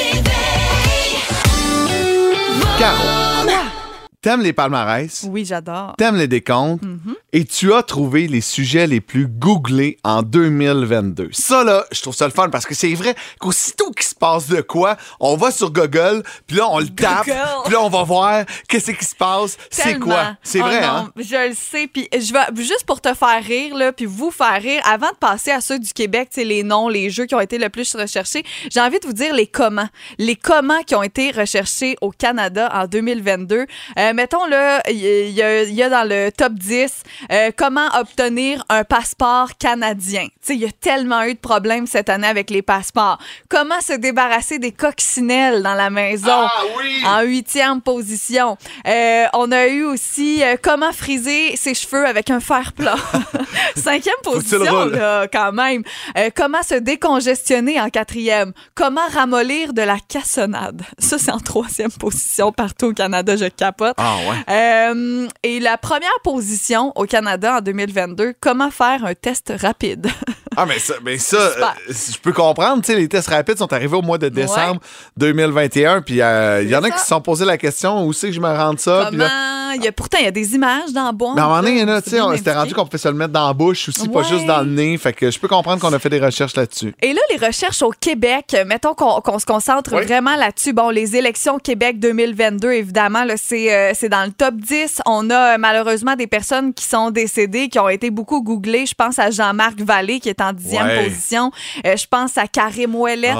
Caro, t'aimes les palmarès? Oui, j'adore. T'aimes les décomptes? Et tu as trouvé les sujets les plus googlés en 2022. Ça, là, je trouve ça le fun parce que c'est vrai qu'aussitôt qu'il se passe de quoi, on va sur Google, puis là, on le tape, puis là, on va voir qu'est-ce qui se passe, c'est quoi. C'est vrai, hein? Je le sais, puis je vais juste pour te faire rire, là, puis vous faire rire, avant de passer à ceux du Québec, tu sais, les noms, les jeux qui ont été le plus recherchés, j'ai envie de vous dire les comment. Les comment qui ont été recherchés au Canada en 2022. Mettons, là, il y a dans le top 10 comment obtenir un passeport canadien. Tu sais, il y a tellement eu de problèmes cette année avec les passeports. Comment se débarrasser des coccinelles dans la maison? Ah oui! En 8e position. On a eu aussi comment friser ses cheveux avec un fer plat. 5e position, là, quand même. Comment se décongestionner en 4e. Comment ramollir de la cassonade. Ça, c'est en 3e position partout au Canada. Je capote. Ah ouais. Et la première position au Canada en 2022, comment faire un test rapide. Ah, mais ça je peux comprendre. Tu sais, les tests rapides sont arrivés au mois de décembre 2021, puis il y en a qui se sont posé la question, où c'est que je me rends ça? Comment? Pourtant, il y a des images dans la boîte. Mais à un moment donné, c'était rendu qu'on pouvait se le mettre dans la bouche aussi, pas juste dans le nez. Fait que je peux comprendre qu'on a fait des recherches là-dessus. Et là, les recherches au Québec, mettons qu'on se concentre vraiment là-dessus. Bon, les élections Québec 2022, évidemment, là, c'est dans le top 10. On a malheureusement des personnes qui sont décédées, qui ont été beaucoup googlées. Je pense à Jean-Marc Vallée, qui est en 10e position. Je pense à Karim Ouellette.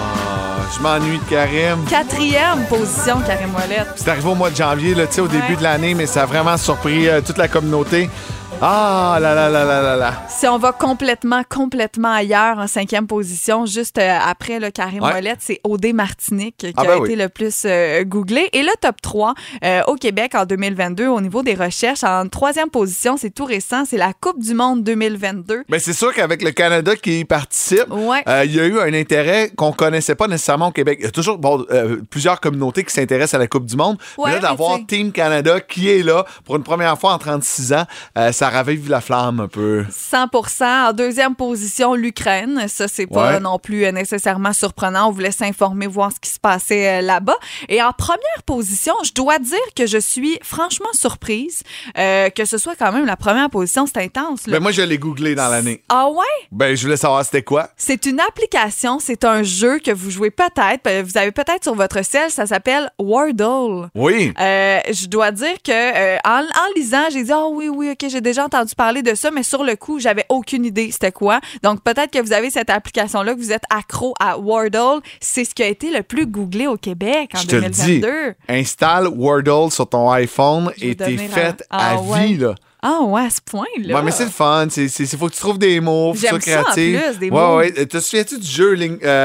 Je m'ennuie de Karim. 4e position, Karim Ouellette. C'est arrivé au mois de janvier, là, au début de l'année, mais ça a vraiment surpris toute la communauté. Ah là là là là là là. Si on va complètement ailleurs en 5e position, juste après le Karim Ouellette, c'est Audé Martinique qui a été le plus googlé. Et le top 3 au Québec en 2022 au niveau des recherches, en 3e position, c'est tout récent, c'est la Coupe du monde 2022. Ben c'est sûr qu'avec le Canada qui y participe, il y a eu un intérêt qu'on connaissait pas nécessairement au Québec. Il y a toujours plusieurs communautés qui s'intéressent à la Coupe du monde. Mais là, d'avoir Team Canada qui est là pour une première fois en 36 ans, ça ravive la flamme un peu. 100%. En 2e position, l'Ukraine. Ça, c'est pas non plus nécessairement surprenant. On voulait s'informer, voir ce qui se passait là-bas. Et en première position, je dois dire que je suis franchement surprise que ce soit quand même la première position. C'est intense, là. Ben moi, je l'ai googlé dans l'année. Ah ouais? Ben, je voulais savoir c'était quoi. C'est une application, c'est un jeu que vous jouez peut-être. Vous avez peut-être sur votre cell, ça s'appelle Wordle. Oui. Je dois dire que en lisant, j'ai dit oui, OK, j'ai déjà entendu parler de ça, mais sur le coup, j'avais aucune idée c'était quoi. Donc, peut-être que vous avez cette application-là, que vous êtes accro à Wordle. C'est ce qui a été le plus googlé au Québec en 2022. Je te le dis, installe Wordle sur ton iPhone et t'es faite à vie, là. Ah ouais, à ce point-là. Ouais, mais c'est le fun. Il faut que tu trouves des mots, faut que tu sois créatif. En plus, des mots. Ouais. Te souviens-tu du jeu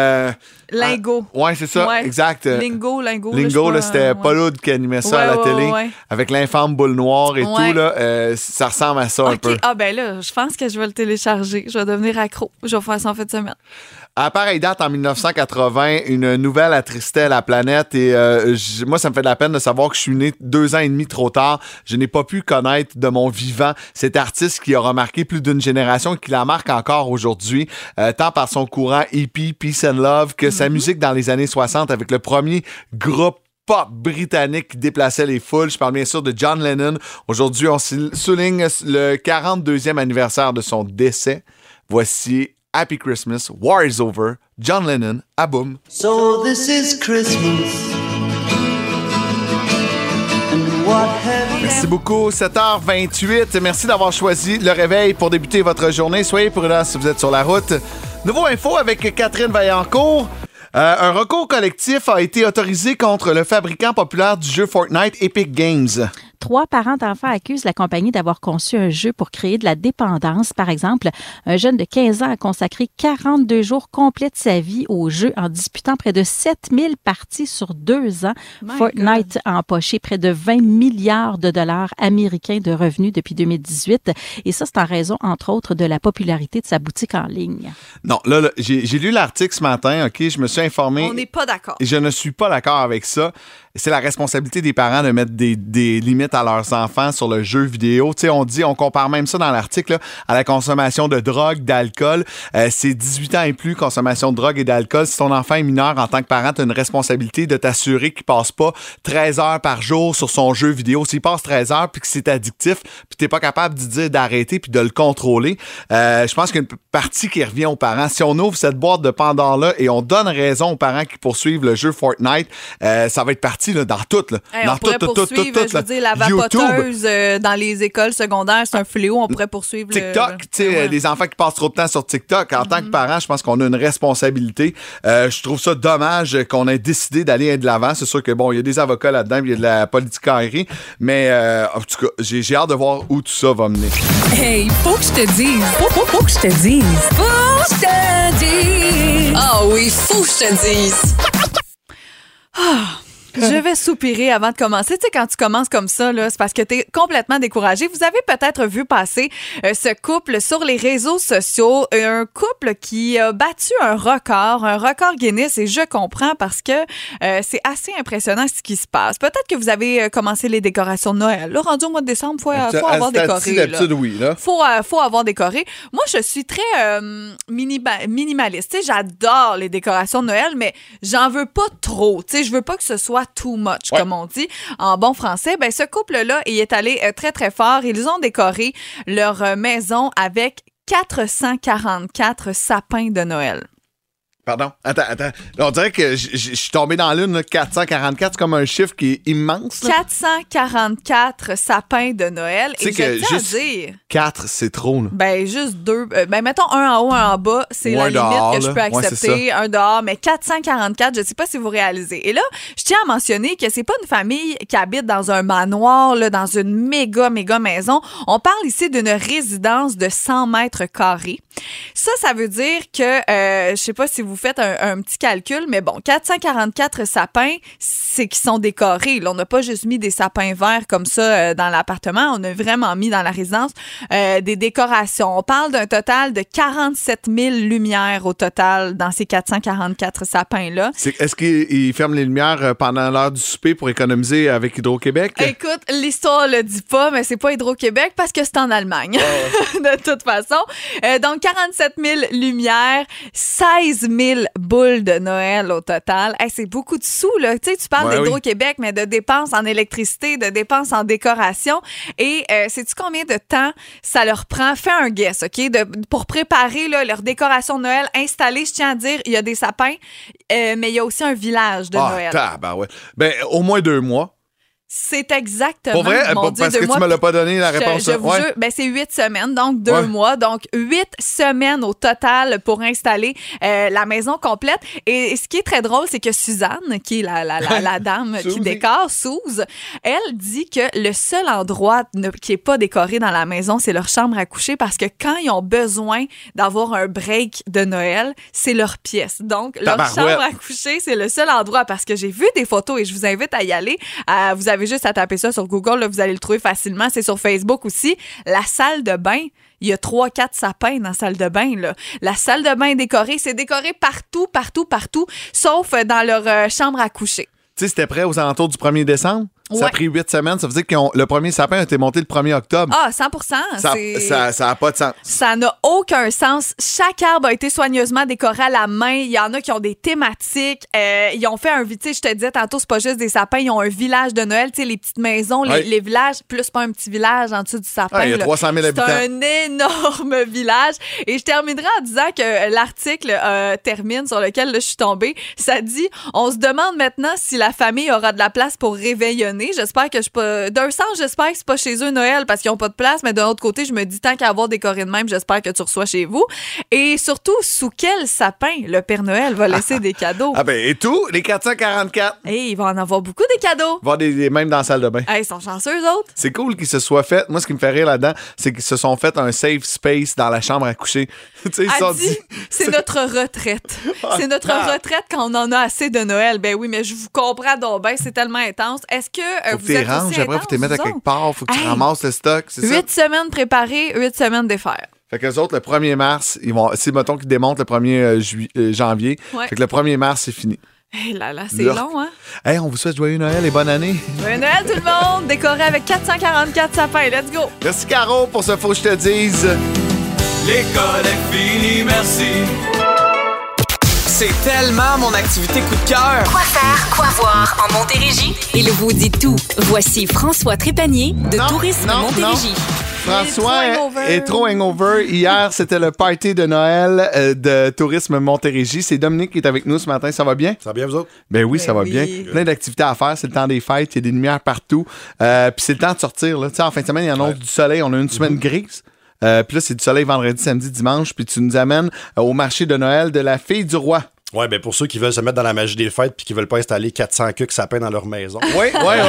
Lingo. Ouais, c'est ça, exact. Lingo, là, c'était Paul qui animait ça à la télé, avec l'infâme boule noire et tout, là. Ça ressemble à ça un peu. Ah ben là, je pense que je vais le télécharger. Je vais devenir accro. Je vais faire ça en fin de semaine. À pareille date, en 1980, une nouvelle attristait la planète et moi, ça me fait de la peine de savoir que je suis né 2 ans et demi trop tard. Je n'ai pas pu connaître de mon vivant cet artiste qui aura marqué plus d'une génération et qui la marque encore aujourd'hui, tant par son courant hippie, peace and love, que sa musique dans les années 60 avec le premier groupe pop britannique qui déplaçait les foules. Je parle bien sûr de John Lennon. Aujourd'hui, on souligne le 42e anniversaire de son décès. Voici Happy Christmas, War is Over, John Lennon, à boum. So this is Christmas. Merci beaucoup, 7h28. Merci d'avoir choisi le réveil pour débuter votre journée. Soyez prudents si vous êtes sur la route. Nouveau info avec Catherine Vaillancourt. Un recours collectif a été autorisé contre le fabricant populaire du jeu Fortnite, Epic Games. 3 parents d'enfants accusent la compagnie d'avoir conçu un jeu pour créer de la dépendance. Par exemple, un jeune de 15 ans a consacré 42 jours complets de sa vie au jeu en disputant près de 7000 parties sur 2 ans. Fortnite a empoché près de 20 milliards de dollars américains de revenus depuis 2018. Et ça, c'est en raison, entre autres, de la popularité de sa boutique en ligne. Non, là j'ai lu l'article ce matin, OK? Je me suis informé. On n'est pas d'accord. Et je ne suis pas d'accord avec ça. c'est la responsabilité des parents de mettre des limites à leurs enfants sur le jeu vidéo. Tu sais, on compare même ça dans l'article là, à la consommation de drogue, d'alcool. C'est 18 ans et plus, consommation de drogue et d'alcool. Si ton enfant est mineur, en tant que parent, tu as une responsabilité de t'assurer qu'il passe pas 13 heures par jour sur son jeu vidéo. S'il passe 13 heures puis que c'est addictif, puis t'es pas capable de dire d'arrêter puis de le contrôler, je pense qu'il y a une partie qui revient aux parents. Si on ouvre cette boîte de Pandore-là et on donne raison aux parents qui poursuivent le jeu Fortnite, ça va être parti là, dans tout. Là. Dans on pourrait poursuivre, je veux dire, la vapoteuse dans les écoles secondaires, c'est un fléau. On pourrait poursuivre TikTok, tu sais, les enfants qui passent trop de temps sur TikTok. En tant que parent, je pense qu'on a une responsabilité. Je trouve ça dommage qu'on ait décidé d'aller de l'avant. C'est sûr que bon, il y a des avocats là-dedans, il y a de la politicaillerie, mais en tout cas, j'ai hâte de voir où tout ça va mener. Hey, faut que je te dise. Faut que je te dise. Faut que je te dise. Ah oui, faut que je te dise. Je vais soupirer avant de commencer. Tu sais, quand tu commences comme ça, là, c'est parce que tu es complètement découragé. Vous avez peut-être vu passer ce couple sur les réseaux sociaux, un couple qui a battu un record Guinness, et je comprends parce que c'est assez impressionnant ce qui se passe. Peut-être que vous avez commencé les décorations de Noël. Là, rendu au mois de décembre, faut avoir décoré. D'habitude, oui. Là. Faut avoir décoré. Moi, je suis très minimaliste. Tu sais, j'adore les décorations de Noël, mais j'en veux pas trop. Tu sais, je veux pas que ce soit too much, comme on dit en bon français. Ben, ce couple-là, il est allé très, très fort. Ils ont décoré leur maison avec 444 sapins de Noël. Pardon? Attends. On dirait que je suis tombé dans l'une, là, 444, c'est comme un chiffre qui est immense. Là. 444 sapins de Noël. Tu sais que juste 4, c'est trop. Là. Ben, juste 2. Ben, mettons un en haut, un en bas. C'est la limite dehors, que je peux accepter. Ouais, un dehors, mais 444, je sais pas si vous réalisez. Et là, je tiens à mentionner que c'est pas une famille qui habite dans un manoir, là, dans une méga maison. On parle ici d'une résidence de 100 mètres carrés. Ça veut dire que, je sais pas si vous faites un petit calcul, mais bon, 444 sapins, c'est qui sont décorés. Là, on n'a pas juste mis des sapins verts comme ça dans l'appartement, on a vraiment mis dans la résidence des décorations. On parle d'un total de 47 000 lumières au total dans ces 444 sapins-là. Est-ce qu'ils ferment les lumières pendant l'heure du souper pour économiser avec Hydro-Québec? Écoute, l'histoire le dit pas, mais c'est pas Hydro-Québec parce que c'est en Allemagne, de toute façon. Donc, 47 000 lumières, 16 000 boules de Noël au total. Hey, c'est beaucoup de sous, là. Tu sais, tu parles d'Hydro-Québec, mais de dépenses en électricité, de dépenses en décoration. Et sais-tu combien de temps ça leur prend? Fais un guess, OK? Pour préparer là, leur décoration de Noël installée, je tiens à dire, il y a des sapins, mais il y a aussi un village de Noël. Ben, au moins 2 mois. C'est exactement. Pour vrai? Parce que tu me l'as pas donné la réponse. Je vous jure, ben c'est 8 semaines, donc 2 mois. Donc 8 semaines au total pour installer la maison complète. Et ce qui est très drôle, c'est que Suzanne, qui est la dame qui décore, Suze, elle dit que le seul endroit qui est pas décoré dans la maison, c'est leur chambre à coucher, parce que quand ils ont besoin d'avoir un break de Noël, c'est leur pièce. Donc leur chambre à coucher, c'est le seul endroit, parce que j'ai vu des photos et je vous invite à y aller. Vous avez juste à taper ça sur Google, là, vous allez le trouver facilement. C'est sur Facebook aussi. La salle de bain, il y a 3-4 sapins dans la salle de bain. Là. La salle de bain est décorée. C'est décoré partout, sauf dans leur chambre à coucher. Tu sais, c'était prêt aux alentours du 1er décembre? Ça a pris 8 semaines. Ça veut dire que le premier sapin a été monté le 1er octobre. Ah, 100%. Ça n'a pas de sens. Ça n'a aucun sens. Chaque arbre a été soigneusement décoré à la main. Il y en a qui ont des thématiques. Ils ont fait tu sais, je te disais tantôt, c'est pas juste des sapins. Ils ont un village de Noël. Tu sais, les petites maisons, les villages, plus pas un petit village en dessous du sapin. Il y a 300 000 habitants. C'est un énorme village. Et je terminerai en disant que l'article termine sur lequel là, je suis tombée. Ça dit, on se demande maintenant si la famille aura de la place pour réveillonner. J'espère que je suis pas. D'un sens, j'espère que c'est pas chez eux Noël parce qu'ils ont pas de place, mais d'un autre côté, je me dis tant qu'à avoir décoré de même, j'espère que tu reçois chez vous. Et surtout, sous quel sapin le Père Noël va laisser des cadeaux? Ah ben, et tout, les 444. Et il va en avoir beaucoup des cadeaux. Il va y avoir même dans la salle de bain. Ils sont chanceux, eux autres. C'est cool qu'ils se soient fait. Moi, ce qui me fait rire là-dedans, c'est qu'ils se sont fait un safe space dans la chambre à coucher. Tu sais, ils sont dit. C'est notre retraite. C'est notre retraite quand on en a assez de Noël. Ben oui, mais je vous comprends donc ben, c'est tellement intense. Est-ce que vous êtes aussi après, faut te mettre à quelque part, faut que tu ramasses le stock, c'est 8 semaines préparées, 8 semaines défaire. Fait qu'eux autres, le 1er mars, ils vont, si mettons qu'ils démontent le 1er janvier, fait que le 1er mars, c'est fini. Hé là là, c'est Leur- long, hein? Hey, on vous souhaite joyeux Noël et bonne année. Joyeux Noël tout le monde! Décoré avec 444 sapins. Let's go! Merci Caro pour ce Faut que je te dise. L'école est finie, merci. C'est tellement mon activité coup de cœur. Quoi faire, quoi voir en Montérégie? Il vous dit tout. Voici François Trépanier de Tourisme Montérégie. François Il est trop hangover. est trop hangover. Hier, c'était le party de Noël de Tourisme Montérégie. C'est Dominique qui est avec nous ce matin. Ça va bien? Ça va bien, vous autres? Ben oui, ça va oui. bien. Plein d'activités à faire. C'est le temps des fêtes. Il y a des lumières partout. Puis c'est le temps de sortir. Là. Tu sais, en fin de semaine, il y en a du soleil. On a une semaine grise. Puis là, c'est du soleil vendredi, samedi, dimanche. Puis tu nous amènes au marché de Noël de la Fille du Roi. Ouais, ben pour ceux qui veulent se mettre dans la magie des fêtes puis qui veulent pas installer 400 cucs sapins dans leur maison. Oui.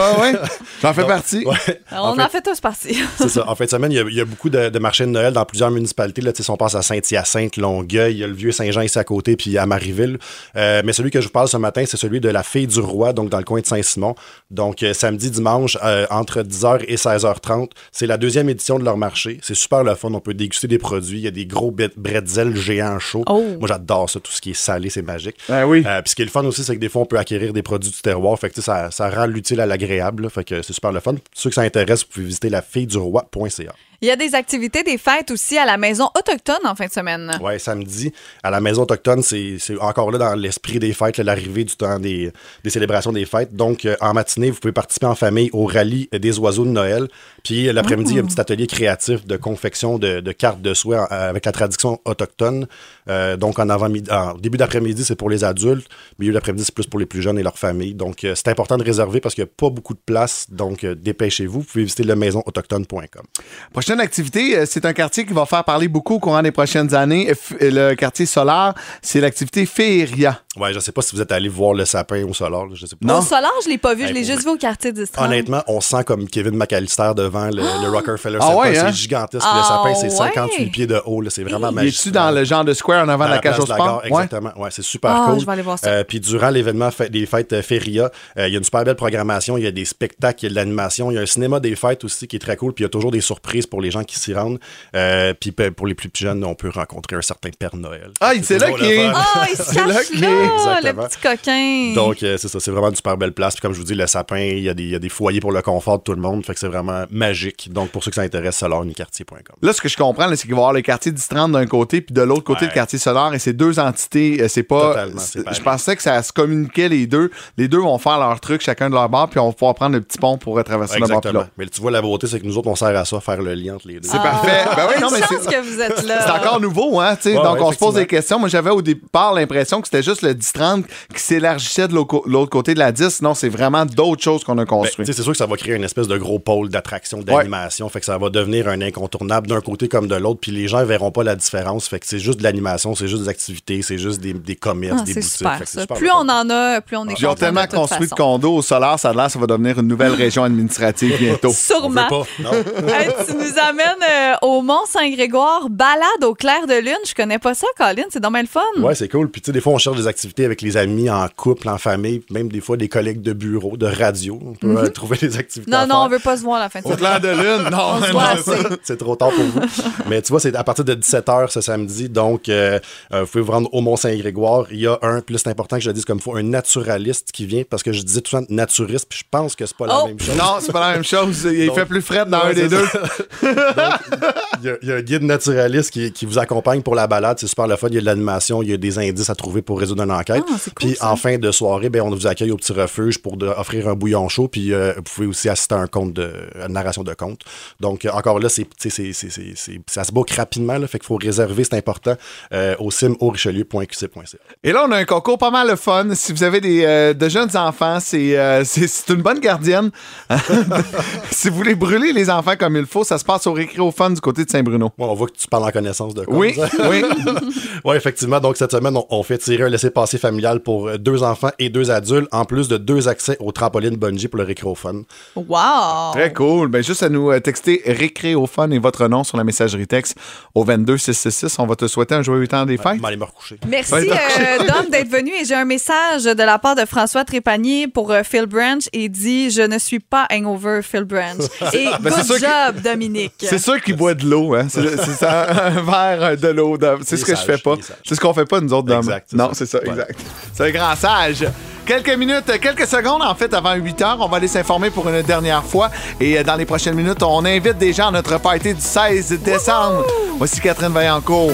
J'en fais partie. Ouais. On en fait tous partie. C'est ça. En fin de semaine, il y a beaucoup de marchés de Noël dans plusieurs municipalités. Là, si on passe à Saint-Hyacinthe, Longueuil, il y a le Vieux-Saint-Jean ici à côté, puis à Marieville. Mais celui que je vous parle ce matin, c'est celui de la Fille du Roi, donc dans le coin de Saint-Simon. Donc samedi, dimanche, entre 10h et 16h30. C'est la deuxième édition de leur marché. C'est super le fun. On peut déguster des produits. Il y a des gros bretzels géants chauds. Oh. Moi, j'adore ça. Tout ce qui est salé, c'est magique. Ben oui. Puis ce qui est le fun aussi, c'est que des fois, on peut acquérir des produits du terroir. Fait que ça rend l'utile à l'agréable. Là. Fait que c'est super le fun. Ceux que ça intéresse, vous pouvez visiter lafilleduRoi.ca. Il y a des activités, des fêtes aussi à la maison autochtone en fin de semaine. Oui, samedi, à la Maison autochtone, c'est encore là dans l'esprit des fêtes, là, l'arrivée du temps des célébrations des fêtes. Donc, en matinée, vous pouvez participer en famille au rallye des oiseaux de Noël. Puis l'après-midi, il y a un petit atelier créatif de confection de cartes de souhait avec la tradition autochtone. Donc, en début d'après-midi, c'est pour les adultes. Milieu d'après-midi, c'est plus pour les plus jeunes et leurs familles. Donc, c'est important de réserver parce qu'il n'y a pas beaucoup de place. Donc, dépêchez-vous. Vous pouvez visiter lemaisoautochtone.com. Prochaine activité, c'est un quartier qui va faire parler beaucoup au courant des prochaines années. Le quartier Solar, c'est l'activité Féeria. Ouais, je sais pas si vous êtes allé voir le sapin au Solar. Je sais pas. Au Solar, je l'ai pas vu. Je l'ai juste vu au quartier du Strand. Honnêtement, on sent comme Kevin McAllister devant le Rockefeller Ah Center. ouais, hein? C'est gigantesque. Le sapin, c'est 58 pieds de haut. Là. C'est vraiment magique. Es-tu dans le genre de square en avant de la cage au sport? Exactement. Ouais, c'est super cool. Je vais aller voir ça. Puis durant l'événement des fêtes Féria, il y a une super belle programmation. Il y a des spectacles, il y a de l'animation. Il y a un cinéma des fêtes aussi qui est très cool. Puis il y a toujours des surprises pour les gens qui s'y rendent. Puis pour les plus jeunes, on peut rencontrer un certain Père Noël. Ah, c'est là qu'il est. Ah, il se cache là, le petit coquin. Donc, c'est ça. C'est vraiment une super belle place. Puis comme je vous dis, le sapin, il y a des foyers pour le confort de tout le monde. Fait que c'est vraiment magique. Donc, pour ceux que ça intéresse, solaruniquartier.com. Là, ce que je comprends, là, c'est qu'il va y avoir le quartier d'Istrand d'un côté, puis de l'autre côté, le quartier Solar. Et c'est deux entités. C'est pas. Totalement, c'est je pensais que ça se communiquait les deux. Les deux vont faire leur truc, chacun de leur bord, puis on va pouvoir prendre le petit pont pour traverser le bord. Exactement. Mais tu vois, la beauté, c'est que nous autres, on sert à ça, faire le lien entre les deux. C'est parfait. Ben oui, non, mais chance que vous êtes là. C'est encore nouveau, hein, tu sais. Ouais, donc, ouais, on se pose des questions. Moi, j'avais au départ l'impression que c'était juste le 10-30 qui s'élargissait de l'autre côté de la 10. Non, c'est vraiment d'autres choses qu'on a construit. C'est sûr que ça va créer une espèce de gros pôle d'attraction, d'animation. Fait que ça va devenir un incontournable d'un côté comme de l'autre. Puis les gens verront pas la différence. Fait que c'est juste de l'animation, c'est juste des activités, c'est juste des commerces, des boutiques. Super, fait que c'est ça. super Plus on en a, plus on est Ils ont content tellement de toute construit de façon. condos au Solar, ça a l'air, ça va devenir une nouvelle région administrative bientôt. Sûrement. On veut pas, non. Hey, tu nous amènes au Mont-Saint-Grégoire, balade au clair de lune. Je connais pas ça, Colin. C'est dommage le fun. Ouais, c'est cool. Puis, tu sais, des fois, on cherche des activités avec les amis, en couple, en famille, même des fois des collègues de bureau, de radio. On peut trouver des activités. Non, on veut pas se voir à la fin de Au clair de lune, non, On se non, voit ça. assez. C'est trop tard pour vous. Mais tu vois, c'est à partir de 17h ce samedi. Donc, vous pouvez vous rendre au Mont-Saint-Grégoire. Il y a puis là, c'est important que je le dise comme il faut, un naturaliste qui vient, parce que je disais tout le temps naturiste, puis je pense que c'est pas la même chose. Non, c'est pas la même chose. Il Donc, fait plus frais dans un ouais, des c'est deux. Il y a un guide naturaliste qui vous accompagne pour la balade. C'est super le fun. Il y a de l'animation, il y a des indices à trouver pour résoudre une enquête. Ah, c'est cool, Puis ça. en fin de soirée, on vous accueille au petit refuge pour offrir un bouillon chaud. Puis vous pouvez aussi assister à un conte à une narration de conte. Donc encore là, ça se book rapidement. Là, fait qu'il faut réserver, c'est important, au sim-au-richelieu.qc.ca. Et là, on a un concours pas mal le fun. Si vous avez de jeunes enfants, c'est une bonne gardienne. Si vous voulez brûler les enfants comme il faut, ça se passe au Récréo-Fun du côté de Saint-Bruno. Ouais, on voit que tu parles en connaissance de cause. Oui, oui. Oui, effectivement. Donc, cette semaine, on fait tirer un laissez-passer familial pour 2 enfants et 2 adultes, en plus de 2 accès au trampoline bungee pour le Récréo-Fun. Wow! Très cool. Ben, juste à nous texter Récréo-Fun et votre nom sur la messagerie texte au 22666. On va te souhaiter un joyeux temps des fêtes. Je vais aller me recoucher. Merci, Ouais, Dom, d'être venu. Et j'ai un message de la part de François Trépanier pour Phil Branch. Il dit « Je ne suis pas hangover, Phil Branch. » Et Ben, c'est good sûr job, Dominique. C'est sûr qu'il boit de l'eau, hein. C'est ça, un verre de l'eau. C'est ce que je fais pas. C'est ce qu'on fait pas, nous autres, Dom. Exact, c'est Non, ça. c'est ça. Ouais. Exact. C'est un grand sage. Quelques secondes, en fait, avant 8 heures. On va aller s'informer pour une dernière fois. Et dans les prochaines minutes, on invite des gens à notre party du 16 décembre. Voici Catherine Vaillancourt.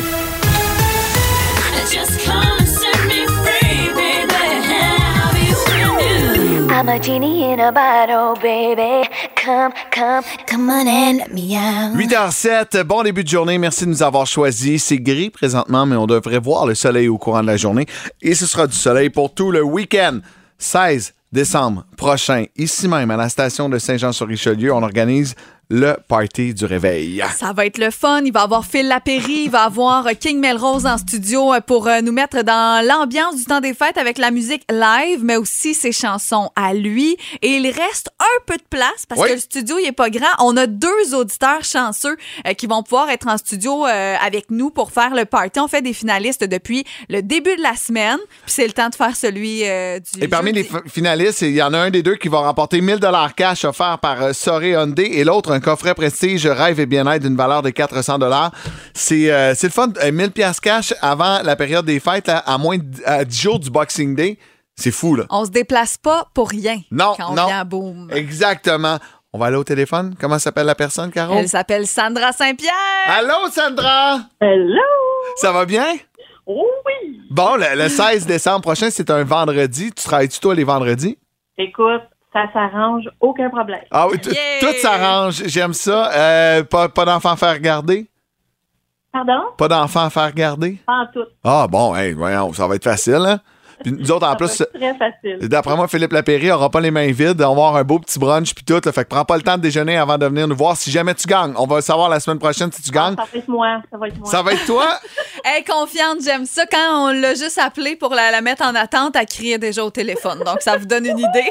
I'm a genie in a bottle, baby. Come on and let me out. 8h07, bon début de journée. Merci de nous avoir choisis. C'est gris présentement, mais on devrait voir le soleil au courant de la journée. Et ce sera du soleil pour tout le week-end. 16 décembre prochain, ici même à la station de Saint-Jean-sur-Richelieu, on organise le party du réveil. Ça va être le fun. Il va y avoir Phil Lapéry, il va y avoir King Melrose en studio pour nous mettre dans l'ambiance du temps des fêtes avec la musique live, mais aussi ses chansons à lui. Et il reste un peu de place parce que le studio il est pas grand. On a 2 auditeurs chanceux qui vont pouvoir être en studio avec nous pour faire le party. On fait des finalistes depuis le début de la semaine. Puis c'est le temps de faire celui du Et parmi les finalistes, il y en a un des 2 qui va remporter 1 000 $ cash offert par Soré Hyundai et l'autre un coffret prestige rêve et bien-être d'une valeur de 400 $. C'est le fun. 1 000 $ cash avant la période des fêtes, là, à moins de 10 jours du Boxing Day. C'est fou, là. On se déplace pas pour rien quand on vient à Boom. Exactement. On va aller au téléphone. Comment s'appelle la personne, Caro? Elle s'appelle Sandra Saint-Pierre. Allô, Sandra? Hello! Ça va bien? Oui! Bon, le 16 décembre prochain, c'est un vendredi. Tu travailles-tu, toi, les vendredis? Écoute, ça s'arrange, aucun problème. Ah oui, tout s'arrange. J'aime ça. Pas d'enfants à faire regarder? Pardon? Pas d'enfants à faire regarder? Pas en tout. Ah bon, hey, voyons, ça va être facile, hein? Puis nous autres, en plus, Ça va être très facile. d'après moi, Philippe Lapéry n'aura pas les mains vides. On va avoir un beau petit brunch puis tout. Là, fait que prends pas le temps de déjeuner avant de venir nous voir. Si jamais tu gagnes, on va savoir la semaine prochaine si tu gagnes. Ça va être moi. Ça va être toi? Hey, confiante, j'aime ça. Quand on l'a juste appelée pour la mettre en attente, elle criait déjà au téléphone. Donc, ça vous donne une idée.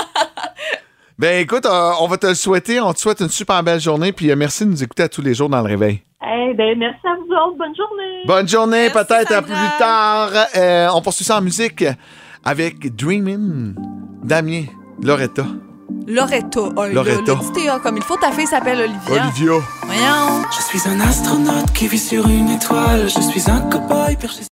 Ben écoute, on va te le souhaiter. On te souhaite une super belle journée. Puis merci de nous écouter à tous les jours dans le réveil. Eh ben, merci à vous autres. Bonne journée. Bonne journée, Merci, peut-être à Sandra. plus tard. On poursuit ça en musique avec Dreamin', Damien, Loretta. Loretta. Loretta. Le petit Théa, comme il faut, ta fille s'appelle Olivia. Olivia. Voyons. Je suis un astronaute qui vit sur une étoile. Je suis un cow-boy perché